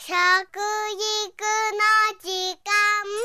食育の時間。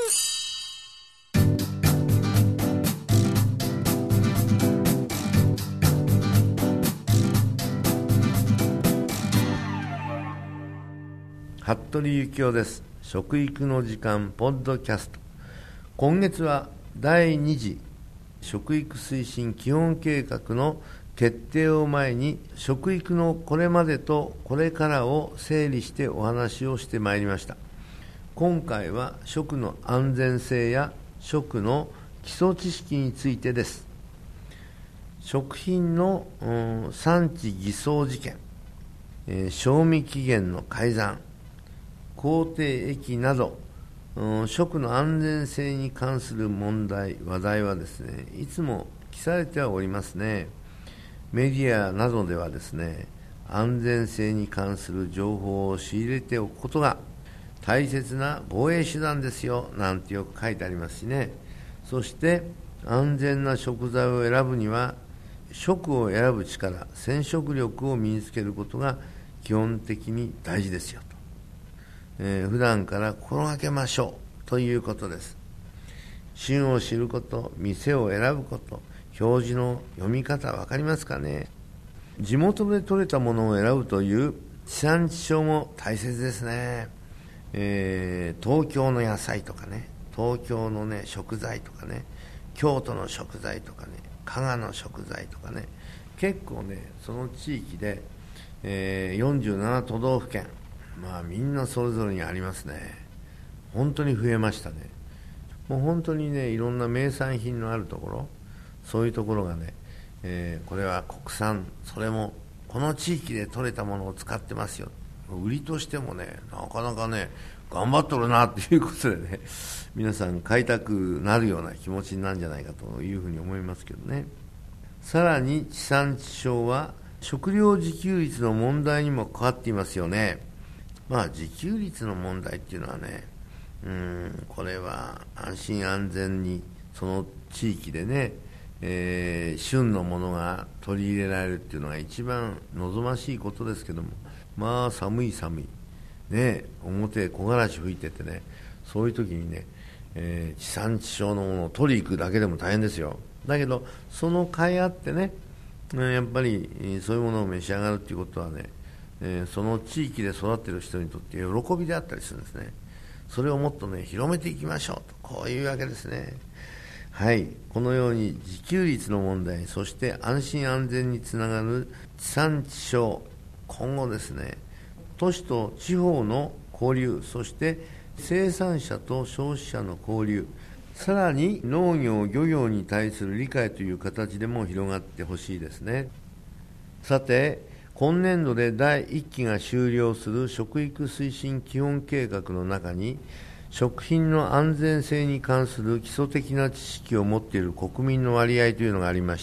服部幸男です。食育の時間ポッドキャスト。今月は第2次食育推進基本計画の決定を前に、食育のこれまでとこれからを整理してお話をしてまいりました。今回は食の安全性や食の基礎知識についてです。食品の、産地偽装事件、賞味期限の改ざん、工程液など、食の安全性に関する話題はですね、いつも記されてはおりますね。メディアなどではですね、安全性に関する情報を仕入れておくことが大切な防衛手段ですよ、なんてよく書いてありますしね。そして安全な食材を選ぶには、食を選ぶ力、選食力を身につけることが基本的に大事ですよと。普段から心がけましょうということです。旬を知ること、店を選ぶこと、表示の読み方分かりますかね。地元で採れたものを選ぶという地産地消も大切ですね。東京の野菜とかね、東京のね食材とかね、京都の食材とかね、加賀の食材とかね、結構ねその地域で、47都道府県、みんなそれぞれにありますね。本当に増えましたね。もう本当にね、いろんな名産品のあるところ、そういうところがね、これは国産、それもこの地域で採れたものを使ってますよ。売りとしてもね、なかなかね、頑張っとるなっていうことでね、皆さん買いたくなるような気持ちになるんじゃないかというふうに思いますけどね。さらに地産地消は食料自給率の問題にも関わっていますよね。自給率の問題っていうのはね、これは安心安全にその地域でね、旬のものが取り入れられるっていうのが一番望ましいことですけども、寒いね、表木枯らし吹いててね、そういう時にね、地産地消のものを取り行くだけでも大変ですよ。だけどその甲斐あってね、やっぱりそういうものを召し上がるっていうことはね、その地域で育っている人にとって喜びであったりするんですね。それをもっとね広めていきましょうと、こういうわけですね。はい、このように自給率の問題、そして安心安全につながる地産地消、今後ですね、都市と地方の交流、そして生産者と消費者の交流、さらに農業漁業に対する理解という形でも広がってほしいですね。さて、今年度で第1期が終了する食育推進基本計画の中に、食品の安全性に関する基礎的な知識を持っている国民の割合というのがありまして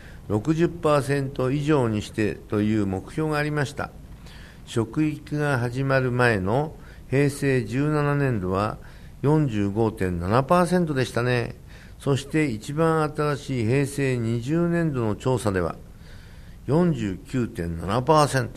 、60% 以上にしてという目標がありました。食育が始まる前の平成17年度は 45.7% でしたね。そして一番新しい平成20年度の調査では 49.7%。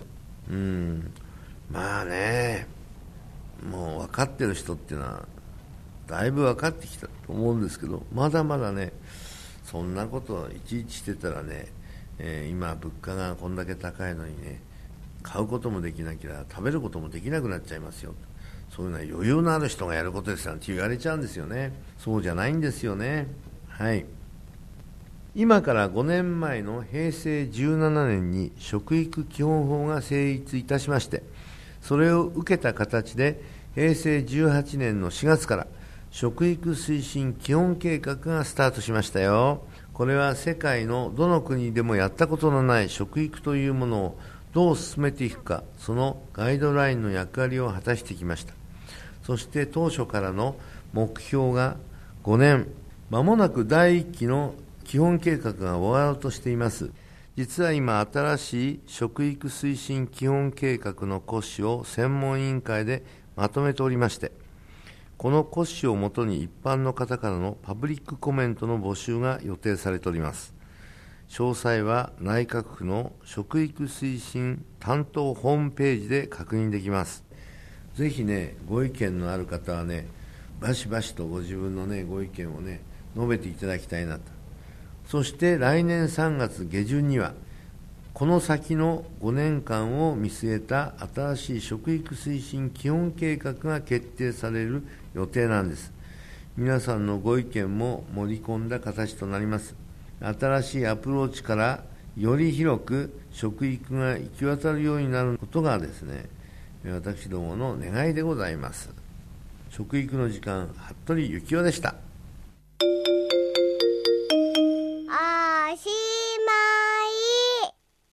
もう分かってる人っていうのはだいぶ分かってきたと思うんですけど、まだまだね、そんなことをいちいちしてたらね、今物価がこんだけ高いのにね、買うこともできなきゃ食べることもできなくなっちゃいますよ。そういうのは余裕のある人がやることですなんて言われちゃうんですよね。そうじゃないんですよね。はい。今から5年前の平成17年に食育基本法が成立いたしまして、それを受けた形で平成18年の4月から食育推進基本計画がスタートしましたよ。これは世界のどの国でもやったことのない食育というものをどう進めていくか、そのガイドラインの役割を果たしてきました。そして当初からの目標が5年、間もなく第1期の基本計画が終わろうとしています。実は今、新しい食育推進基本計画の骨子を専門委員会でまとめておりまして、この骨子をもとに一般の方からのパブリックコメントの募集が予定されております。詳細は内閣府の食育推進担当ホームページで確認できます。 ぜひね、ご意見のある方はね、バシバシとご自分のね、ご意見をね、述べていただきたいなと。そして来年3月下旬には、この先の5年間を見据えた新しい食育推進基本計画が決定される予定なんです。皆さんのご意見も盛り込んだ形となります。新しいアプローチからより広く食育が行き渡るようになることがですね、私どもの願いでございます。食育の時間、服部幸男でした。